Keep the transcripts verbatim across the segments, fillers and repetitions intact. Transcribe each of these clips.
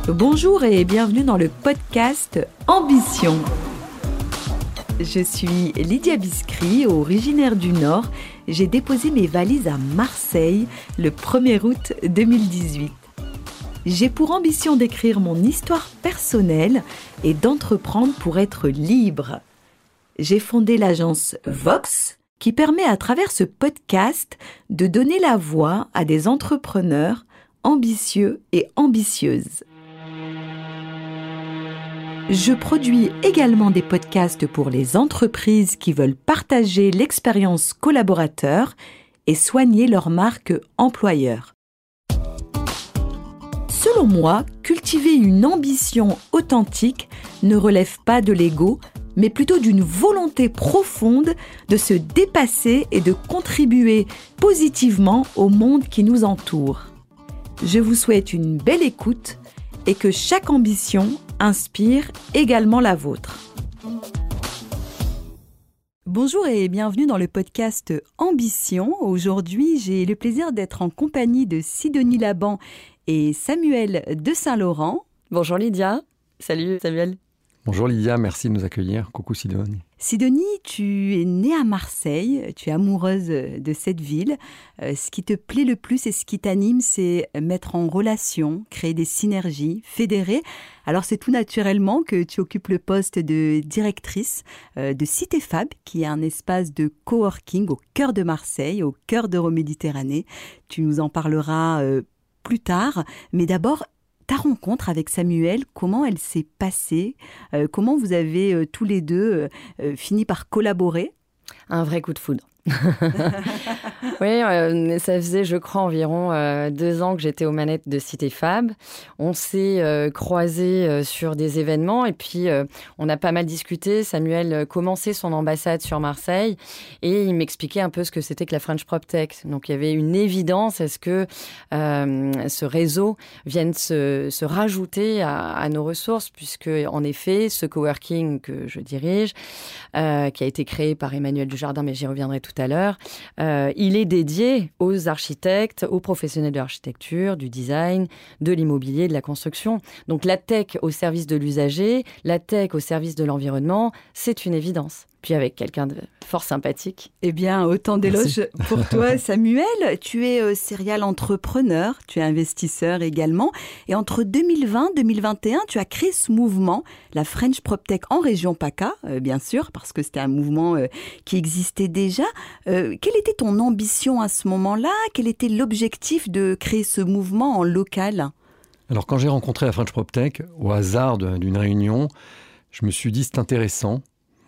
Bonjour et bienvenue dans le podcast Ambition. Je suis Lydia Biscry, originaire du Nord. J'ai déposé mes valises à Marseille le premier août deux mille dix-huit. J'ai pour ambition d'écrire mon histoire personnelle et d'entreprendre pour être libre. J'ai fondé l'agence Vox, qui permet à travers ce podcast de donner la voix à des entrepreneurs ambitieux et ambitieuses. Je produis également des podcasts pour les entreprises qui veulent partager l'expérience collaborateur et soigner leur marque employeur. Selon moi, cultiver une ambition authentique ne relève pas de l'ego, mais plutôt d'une volonté profonde de se dépasser et de contribuer positivement au monde qui nous entoure. Je vous souhaite une belle écoute et que chaque ambition inspire également la vôtre. Bonjour et bienvenue dans le podcast Ambition. Aujourd'hui, j'ai le plaisir d'être en compagnie de Sidonie Laban et Samuel de Saint-Laurent. Bonjour Lydia. Salut Samuel. Bonjour Lydia, merci de nous accueillir. Coucou Sidonie. Sidonie, tu es née à Marseille, tu es amoureuse de cette ville. Euh, ce qui te plaît le plus et ce qui t'anime, c'est mettre en relation, créer des synergies, fédérer. Alors c'est tout naturellement que tu occupes le poste de directrice euh, de CitéFab, qui est un espace de coworking au cœur de Marseille, au cœur d'Euroméditerranée. Tu nous en parleras euh, plus tard, mais d'abord, ta rencontre avec Samuel, comment elle s'est passée ? euh, Comment vous avez euh, tous les deux euh, fini par collaborer ? Un vrai coup de foudre. Oui, euh, ça faisait, je crois, environ euh, deux ans que j'étais aux manettes de CitéFab. On s'est euh, croisés euh, sur des événements et puis euh, on a pas mal discuté. Samuel euh, commençait son ambassade sur Marseille et il m'expliquait un peu ce que c'était que la French PropTech. Donc il y avait une évidence à ce que euh, ce réseau vienne se, se rajouter à, à nos ressources, puisque en effet, ce coworking que je dirige, euh, qui a été créé par Emmanuel Dujardin, mais j'y reviendrai tout à l'heure, euh, il est dédié aux architectes, aux professionnels de l'architecture, du design, de l'immobilier, de la construction. Donc la tech au service de l'usager, la tech au service de l'environnement, c'est une évidence. Puis avec quelqu'un de fort sympathique. Eh bien, autant d'éloges pour toi, Samuel. Tu es euh, serial entrepreneur, tu es investisseur également. Et entre deux mille vingt et deux mille vingt et un, tu as créé ce mouvement, la French PropTech en région PACA, euh, bien sûr, parce que c'était un mouvement euh, qui existait déjà. Euh, quelle était ton ambition à ce moment-là ? Quel était l'objectif de créer ce mouvement en local ? Alors, quand j'ai rencontré la French PropTech, au hasard de, d'une réunion, je me suis dit, c'est intéressant.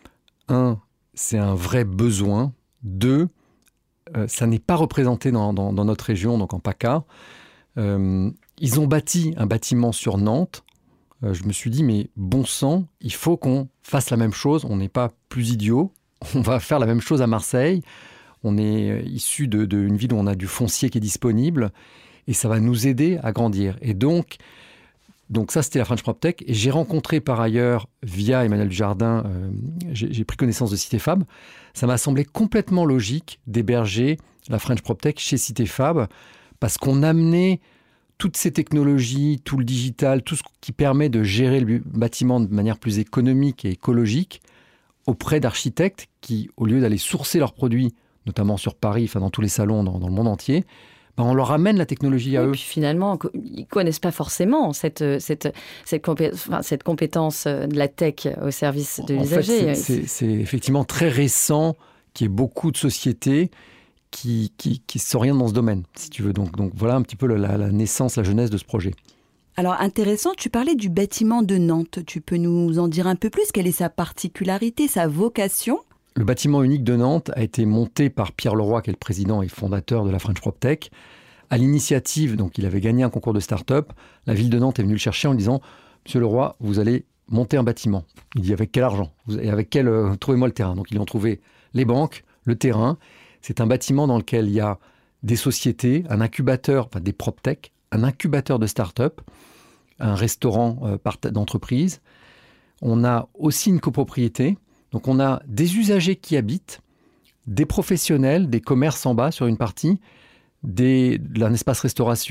Un, c'est un vrai besoin. Deux, euh, ça n'est pas représenté dans, dans, dans notre région, donc en PACA. Euh, ils ont bâti un bâtiment sur Nantes. Euh, je me suis dit, mais bon sang, il faut qu'on fasse la même chose. On n'est pas plus idiots. On va faire la même chose à Marseille. On est issu de, de, d'une ville où on a du foncier qui est disponible. Et ça va nous aider à grandir. Et donc... Donc ça, c'était la French PropTech. Et j'ai rencontré par ailleurs, via Emmanuel Dujardin, euh, j'ai, j'ai pris connaissance de CitéFab. Ça m'a semblé complètement logique d'héberger la French PropTech chez CitéFab parce qu'on amenait toutes ces technologies, tout le digital, tout ce qui permet de gérer le bâtiment de manière plus économique et écologique auprès d'architectes qui, au lieu d'aller sourcer leurs produits, notamment sur Paris, enfin dans tous les salons dans, dans le monde entier, on leur amène la technologie à et eux. Puis finalement, ils ne connaissent pas forcément cette, cette, cette, compé- enfin, cette compétence de la tech au service de en l'usager. Fait, c'est, c'est, c'est effectivement très récent qu'il y ait beaucoup de sociétés qui, qui, qui s'orientent dans ce domaine, si tu veux. Donc, donc voilà un petit peu la, la naissance, la genèse de ce projet. Alors intéressant, tu parlais du bâtiment de Nantes. Tu peux nous en dire un peu plus ? Quelle est sa particularité, sa vocation ? Le bâtiment unique de Nantes a été monté par Pierre Leroy, qui est le président et fondateur de la French PropTech. À l'initiative, donc il avait gagné un concours de start-up, la ville de Nantes est venue le chercher en lui disant « Monsieur Leroy, vous allez monter un bâtiment. » Il dit « Avec quel argent ? Et avec quel euh, trouvez-moi le terrain ?» Donc ils ont trouvé les banques, le terrain. C'est un bâtiment dans lequel il y a des sociétés, un incubateur, enfin des PropTech, un incubateur de start-up, un restaurant euh, d'entreprise. On a aussi une copropriété. Donc on a des usagers qui habitent, des professionnels, des commerces en bas sur une partie, des, un espace restauration,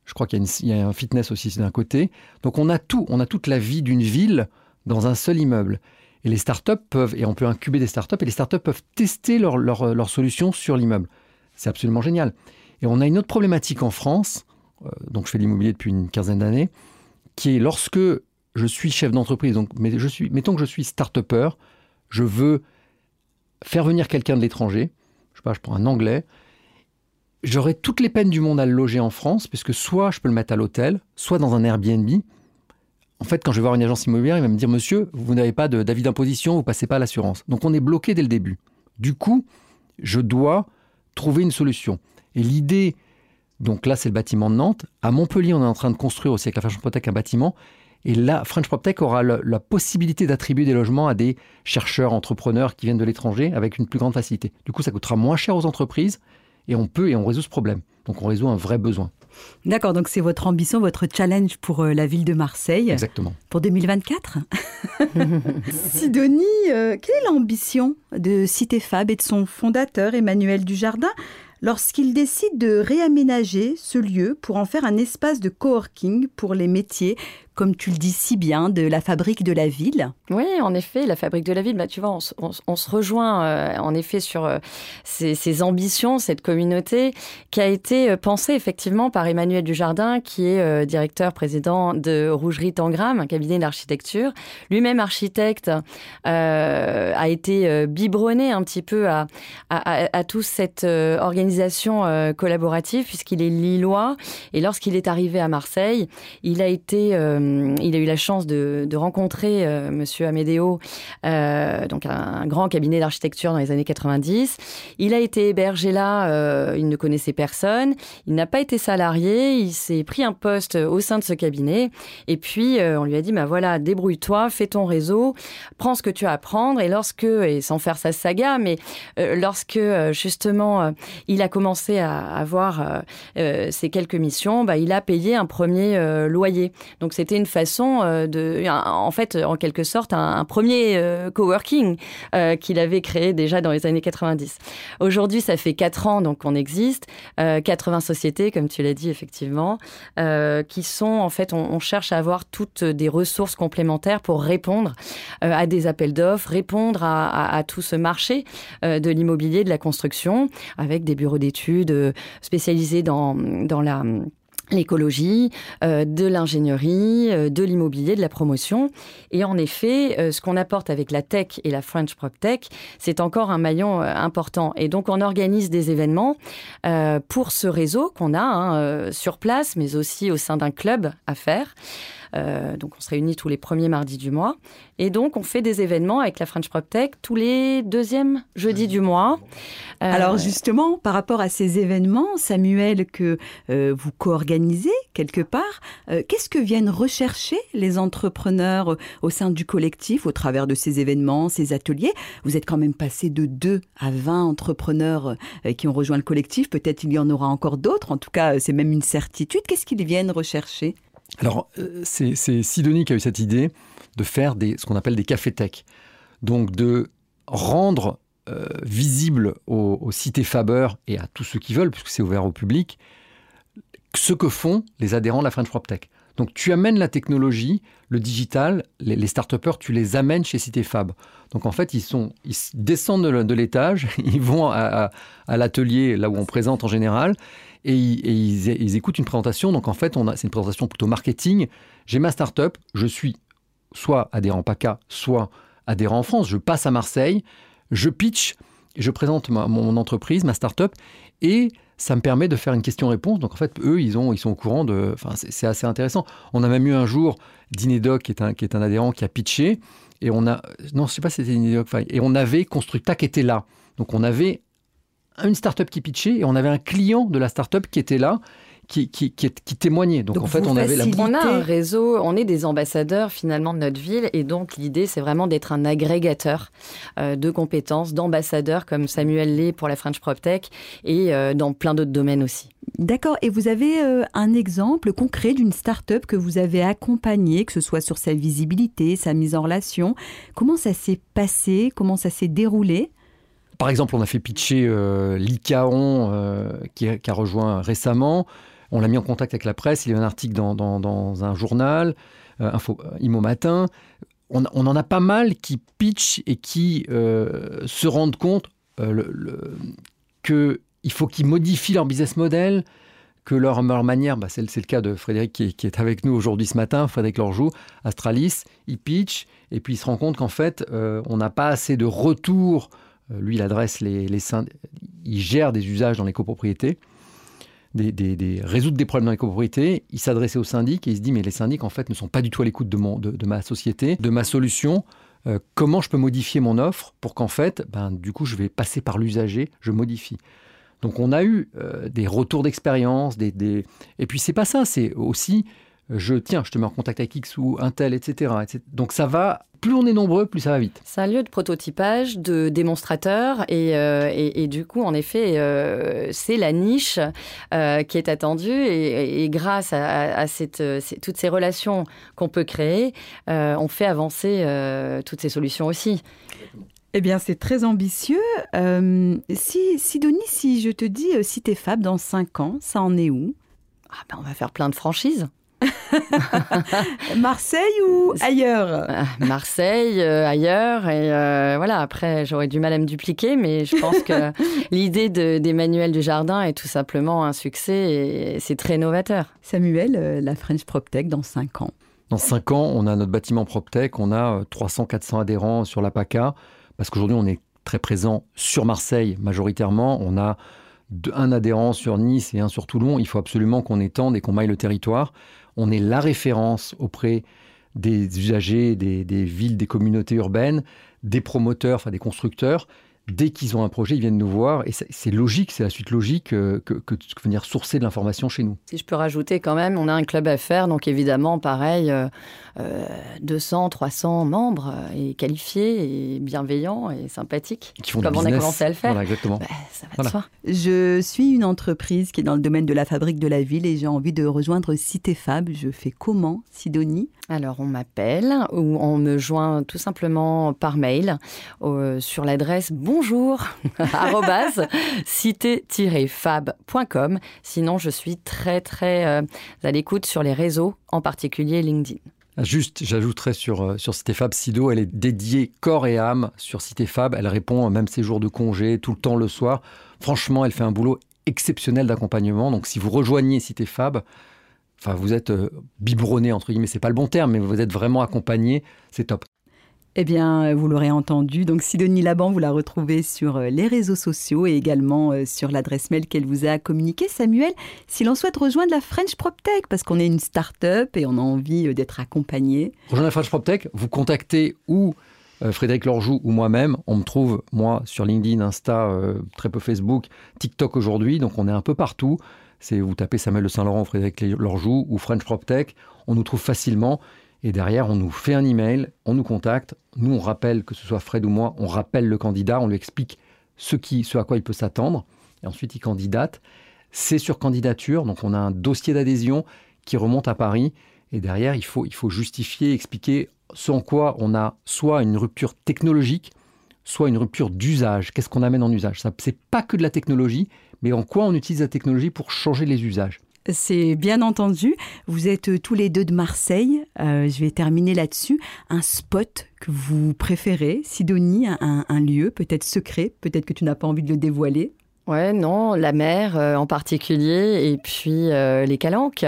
Je crois qu'il y a, une, il y a un fitness aussi d'un côté. Donc on a tout, on a toute la vie d'une ville dans un seul immeuble. Et les startups peuvent, et on peut incuber des startups, et les startups peuvent tester leurs leur, leur solutions sur l'immeuble. C'est absolument génial. Et on a une autre problématique en France, euh, donc je fais de l'immobilier depuis une quinzaine d'années, qui est lorsque je suis chef d'entreprise, donc mais je suis, mettons que je suis start-upper, je veux faire venir quelqu'un de l'étranger, je sais pas, je prends un Anglais, j'aurai toutes les peines du monde à le loger en France, puisque soit je peux le mettre à l'hôtel, soit dans un Airbnb. En fait, quand je vais voir une agence immobilière, il va me dire « Monsieur, vous n'avez pas de, d'avis d'imposition, vous ne passez pas à l'assurance. » Donc, on est bloqué dès le début. Du coup, je dois trouver une solution. Et l'idée, donc là, c'est le bâtiment de Nantes. À Montpellier, on est en train de construire aussi avec la French PropTech un bâtiment. Et là, French PropTech aura la, la possibilité d'attribuer des logements à des chercheurs, entrepreneurs qui viennent de l'étranger avec une plus grande facilité. Du coup, ça coûtera moins cher aux entreprises et on peut et on résout ce problème. Donc, on résout un vrai besoin. D'accord, donc c'est votre ambition, votre challenge pour euh, la ville de Marseille. Exactement. Pour deux mille vingt-quatre. Sidonie, euh, quelle est l'ambition de Citéfab et de son fondateur Emmanuel Dujardin lorsqu'il décide de réaménager ce lieu pour en faire un espace de coworking pour les métiers, comme tu le dis si bien, de la fabrique de la ville? Oui, en effet, la fabrique de la ville, bah, tu vois, on, on, on se rejoint euh, en effet sur euh, ces, ces ambitions, cette communauté qui a été euh, pensée effectivement par Emmanuel Dujardin, qui est euh, directeur président de Rougerie Tangram, un cabinet d'architecture. Lui-même architecte, euh, a été euh, biberonné un petit peu à, à, à, à toute cette euh, organisation euh, collaborative, puisqu'il est lillois. Et lorsqu'il est arrivé à Marseille, il a été... Euh, il a eu la chance de, de rencontrer euh, Monsieur Amedeo, euh, donc un, un grand cabinet d'architecture dans les années quatre-vingt-dix. Il a été hébergé là, euh, il ne connaissait personne, il n'a pas été salarié, il s'est pris un poste au sein de ce cabinet. Et puis, euh, on lui a dit, bah voilà, débrouille-toi, fais ton réseau, prends ce que tu as à prendre. Et lorsque, et sans faire sa saga, mais euh, lorsque euh, justement euh, il a commencé à avoir euh, euh, ces quelques missions, bah, il a payé un premier euh, loyer. Donc c'était une façon euh, de, en fait, en quelque sorte, un, un premier euh, coworking euh, qu'il avait créé déjà dans les années quatre-vingt-dix. Aujourd'hui, ça fait quatre ans donc on existe, euh, quatre-vingts sociétés, comme tu l'as dit effectivement, euh, qui sont en fait, on, on cherche à avoir toutes des ressources complémentaires pour répondre euh, à des appels d'offres, répondre à, à, à tout ce marché euh, de l'immobilier, de la construction, avec des bureaux d'études spécialisés dans dans la l'écologie, euh, de l'ingénierie, euh, de l'immobilier, de la promotion. Et en effet, euh, ce qu'on apporte avec la tech et la French PropTech, c'est encore un maillon euh, important. Et donc, on organise des événements euh, pour ce réseau qu'on a hein, euh, sur place, mais aussi au sein d'un club à faire. Euh, donc, on se réunit tous les premiers mardis du mois. Et donc, on fait des événements avec la French PropTech tous les deuxièmes jeudis du mois. Euh, Alors, justement, par rapport à ces événements, Samuel, que euh, vous co-organisez quelque part, euh, qu'est-ce que viennent rechercher les entrepreneurs au sein du collectif au travers de ces événements, ces ateliers? Vous êtes quand même passé de deux à vingt entrepreneurs euh, qui ont rejoint le collectif. Peut-être il y en aura encore d'autres. En tout cas, c'est même une certitude. Qu'est-ce qu'ils viennent rechercher? Alors, c'est, c'est Sidonie qui a eu cette idée de faire des, ce qu'on appelle des cafés tech. Donc, de rendre euh, visible aux, aux cités-fabeurs et à tous ceux qui veulent, puisque c'est ouvert au public, ce que font les adhérents de la French PropTech. Donc, tu amènes la technologie, le digital, les, les start-upers, tu les amènes chez Citéfab. Donc, en fait, ils, sont, ils descendent de, de l'étage, ils vont à, à, à l'atelier, là où on présente en général, et, ils, et ils, ils écoutent une présentation. Donc, en fait, on a, c'est une présentation plutôt marketing. J'ai ma start-up, je suis soit adhérent PACA, soit adhérent en France. Je passe à Marseille, je pitch, je présente ma, mon entreprise, ma start-up, et ça me permet de faire une question-réponse. Donc, en fait, eux, ils, ont, ils sont au courant de... Enfin, c'est, c'est assez intéressant. On a même eu un jour Dinedoc, qui est un, qui est un adhérent, qui a pitché. Et on a... Non, je ne sais pas si c'était Dinedoc. Et on avait Constructa qui était là. Donc, on avait une start-up qui pitchait et on avait un client de la start-up qui était là, qui, qui, qui, qui témoignait. Donc, donc en fait, on avait la... On a un réseau, on est des ambassadeurs finalement de notre ville. Et donc, l'idée, c'est vraiment d'être un agrégateur euh, de compétences, d'ambassadeurs comme Samuel l'est pour la French PropTech et euh, dans plein d'autres domaines aussi. D'accord. Et vous avez euh, un exemple concret d'une start-up que vous avez accompagnée, que ce soit sur sa visibilité, sa mise en relation. Comment ça s'est passé? Comment ça s'est déroulé? Par exemple, on a fait pitcher euh, Licaon, euh, qui, a, qui a rejoint récemment. On l'a mis en contact avec la presse. Il y a eu un article dans, dans, dans un journal, euh, Info, Imo Matin. On, on en a pas mal qui pitchent et qui euh, se rendent compte euh, le, le, qu'il faut qu'ils modifient leur business model, que leur, leur manière, bah c'est, c'est le cas de Frédéric qui est, qui est avec nous aujourd'hui ce matin, Frédéric Lorjou, Astralis, il pitch et puis il se rend compte qu'en fait, euh, on n'a pas assez de retours. Euh, lui, il adresse les, les synd... il gère des usages dans les copropriétés. Des, des, des, résoudre des problèmes dans les copropriétés, il s'adressait aux syndics et il se dit mais les syndics en fait ne sont pas du tout à l'écoute de, mon, de, de ma société, de ma solution, euh, comment je peux modifier mon offre pour qu'en fait, ben, du coup je vais passer par l'usager, je modifie. Donc on a eu euh, des retours d'expérience, des, des... et puis c'est pas ça, c'est aussi, je tiens, je te mets en contact avec X ou un tel, et cetera, et cetera. Donc ça va, plus on est nombreux, plus ça va vite. C'est un lieu de prototypage, de démonstrateur, et, euh, et, et du coup, en effet, euh, c'est la niche euh, qui est attendue, et, et grâce à, à cette, c'est, toutes ces relations qu'on peut créer, euh, on fait avancer euh, toutes ces solutions aussi. Eh bien, c'est très ambitieux. Euh, si, Sidonie, si je te dis euh, CitéFab dans cinq ans, ça en est où ? Ah ben, on va faire plein de franchises. Marseille ou ailleurs ? Marseille, euh, ailleurs. Et euh, voilà, après, j'aurais du mal à me dupliquer, mais je pense que l'idée de, d'Emmanuel Dujardin est tout simplement un succès et c'est très novateur. Samuel, euh, la French PropTech dans cinq ans. Dans cinq ans, on a notre bâtiment PropTech, on a trois cents à quatre cents adhérents sur la PACA, parce qu'aujourd'hui, on est très présent sur Marseille majoritairement. On a un adhérent sur Nice et un sur Toulon. Il faut absolument qu'on étende et qu'on maille le territoire. On est la référence auprès des usagers, des, des villes, des communautés urbaines, des promoteurs, enfin des constructeurs. Dès qu'ils ont un projet, ils viennent nous voir. Et c'est, c'est logique, c'est la suite logique euh, que, que de venir sourcer de l'information chez nous. Si je peux rajouter quand même, on a un club à faire. Donc évidemment, pareil, euh, euh, deux cents, trois cents membres et qualifiés et bienveillants et sympathiques. Qui font comme du on business. a commencé à le faire. Voilà, exactement. Bah, ça va Voilà. de soi. Je suis une entreprise qui est dans le domaine de la fabrique de la ville et j'ai envie de rejoindre CitéFab. Je fais comment, Sidonie ? Alors, on m'appelle ou on me joint tout simplement par mail euh, sur l'adresse bonjour arobase cité tiret fab point com. Sinon, je suis très, très euh, à l'écoute sur les réseaux, en particulier LinkedIn. Juste, j'ajouterais sur, sur CitéFab, Sido, elle est dédiée corps et âme sur CitéFab. Elle répond même ses jours de congé, tout le temps le soir. Franchement, elle fait un boulot exceptionnel d'accompagnement. Donc, si vous rejoignez CitéFab, enfin, vous êtes euh, biberonné, entre guillemets, c'est pas le bon terme, mais vous êtes vraiment accompagné, c'est top. Eh bien, vous l'aurez entendu. Donc, Sidonie Laban, vous la retrouvez sur les réseaux sociaux et également sur l'adresse mail qu'elle vous a communiquée. Samuel, si l'on souhaite rejoindre la French PropTech, parce qu'on est une start-up et on a envie d'être accompagné. Rejoindre la French PropTech, vous contactez ou euh, Frédéric Lorjou ou moi-même. On me trouve, moi, sur LinkedIn, Insta, euh, très peu Facebook, TikTok aujourd'hui. Donc, on est un peu partout. C'est, vous tapez Samuel de Saint-Laurent ou Frédéric Lorjou ou French PropTech. On nous trouve facilement. Et derrière, on nous fait un email, on nous contacte. Nous, on rappelle, que ce soit Fred ou moi, on rappelle le candidat, on lui explique ce, qui, ce à quoi il peut s'attendre. Et ensuite, il candidate. C'est sur candidature, donc on a un dossier d'adhésion qui remonte à Paris. Et derrière, il faut, il faut justifier, expliquer ce en quoi on a soit une rupture technologique, soit une rupture d'usage. Qu'est-ce qu'on amène en usage ? Ça, c'est pas que de la technologie, mais en quoi on utilise la technologie pour changer les usages. C'est bien entendu. Vous êtes tous les deux de Marseille. Euh, je vais terminer là-dessus. Un spot que vous préférez, Sidonie, un, un lieu peut-être secret, peut-être que tu n'as pas envie de le dévoiler. Ouais, non, la mer euh, en particulier, et puis euh, les calanques.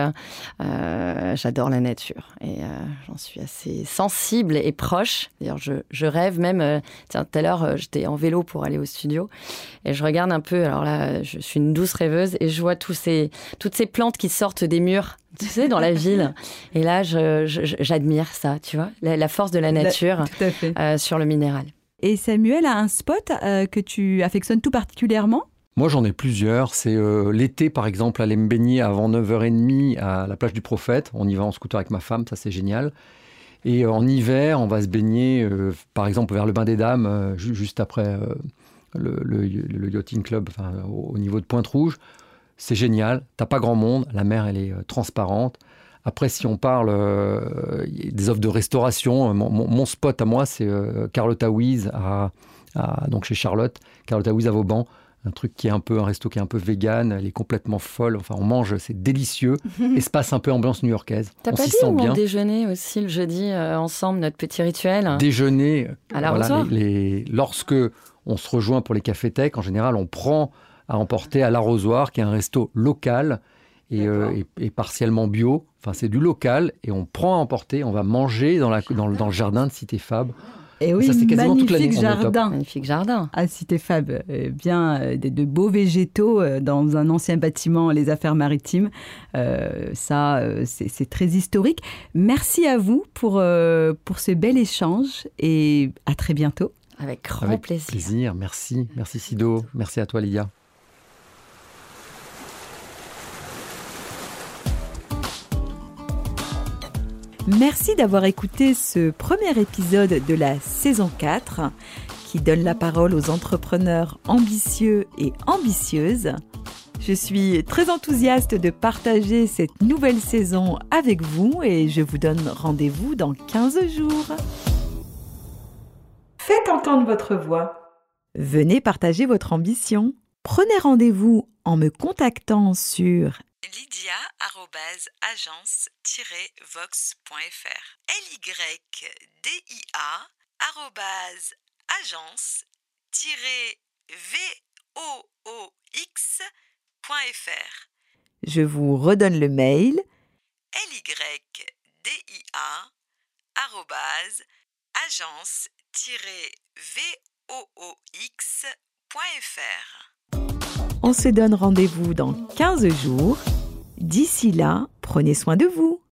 Euh, j'adore la nature et euh, j'en suis assez sensible et proche. D'ailleurs, je, je rêve même. Euh, tiens, tout à l'heure, euh, j'étais en vélo pour aller au studio et je regarde un peu. Alors là, je suis une douce rêveuse et je vois tous ces, toutes ces plantes qui sortent des murs, tu sais, dans la ville. Et là, je, je, j'admire ça, tu vois, la, la force de la nature la, tout à fait. Euh, sur le minéral. Et Samuel a un spot euh, que tu affectionnes tout particulièrement ? Moi, j'en ai plusieurs. C'est euh, l'été, par exemple, aller me baigner avant neuf heures trente à la plage du Prophète. On y va en scooter avec ma femme, ça c'est génial. Et euh, en hiver, on va se baigner, euh, par exemple, vers le Bain des Dames, euh, ju- juste après euh, le, le, le Yachting Club, enfin, au, au niveau de Pointe-Rouge. C'est génial. T'as pas grand monde. La mer, elle est euh, transparente. Après, si on parle euh, des offres de restauration, mon, mon, mon spot à moi, c'est euh, Carlotta Wiese, à, à, donc chez Charlotte, Carlotta Wiese à Vauban. un truc qui est un peu, un resto qui est un peu vegan, elle est complètement folle. Enfin, on mange, c'est délicieux. Espace un peu ambiance new-yorkaise. T'as on pas s'y dit sent où bien. on déjeunait aussi le jeudi euh, ensemble, notre petit rituel Déjeuner, à la voilà, Rosoir. les, les- lorsque on se rejoint pour les cafés-tech, en général, on prend à emporter à l'Arrosoir, qui est un resto local et, euh, et, et partiellement bio. Enfin, c'est du local et on prend à emporter, on va manger dans, la, dans, le- dans le jardin de Cité Fab. Et oui, ça, c'est quasiment toute l'année magnifique qu'on est au top. jardin Magnifique jardin. à Cité Fab. Euh, bien euh, de, de beaux végétaux euh, dans un ancien bâtiment, les Affaires Maritimes. Euh, ça, euh, c'est c'est très historique. Merci à vous pour, euh, pour ce bel échange et à très bientôt. Avec grand Avec plaisir. plaisir. Merci. Merci Sido. Merci à toi, Lydia. Merci d'avoir écouté ce premier épisode de la saison quatre qui donne la parole aux entrepreneurs ambitieux et ambitieuses. Je suis très enthousiaste de partager cette nouvelle saison avec vous et je vous donne rendez-vous dans quinze jours. Faites entendre votre voix. Venez partager votre ambition. Prenez rendez-vous en me contactant sur lydia arobase agence tiret vox point f r L Y D I A arobase agence tiret V O O X point F R. Je vous redonne le mail L Y D I A arobase agence tiret V O O X point F R. On se donne rendez-vous dans quinze jours. D'ici là, prenez soin de vous.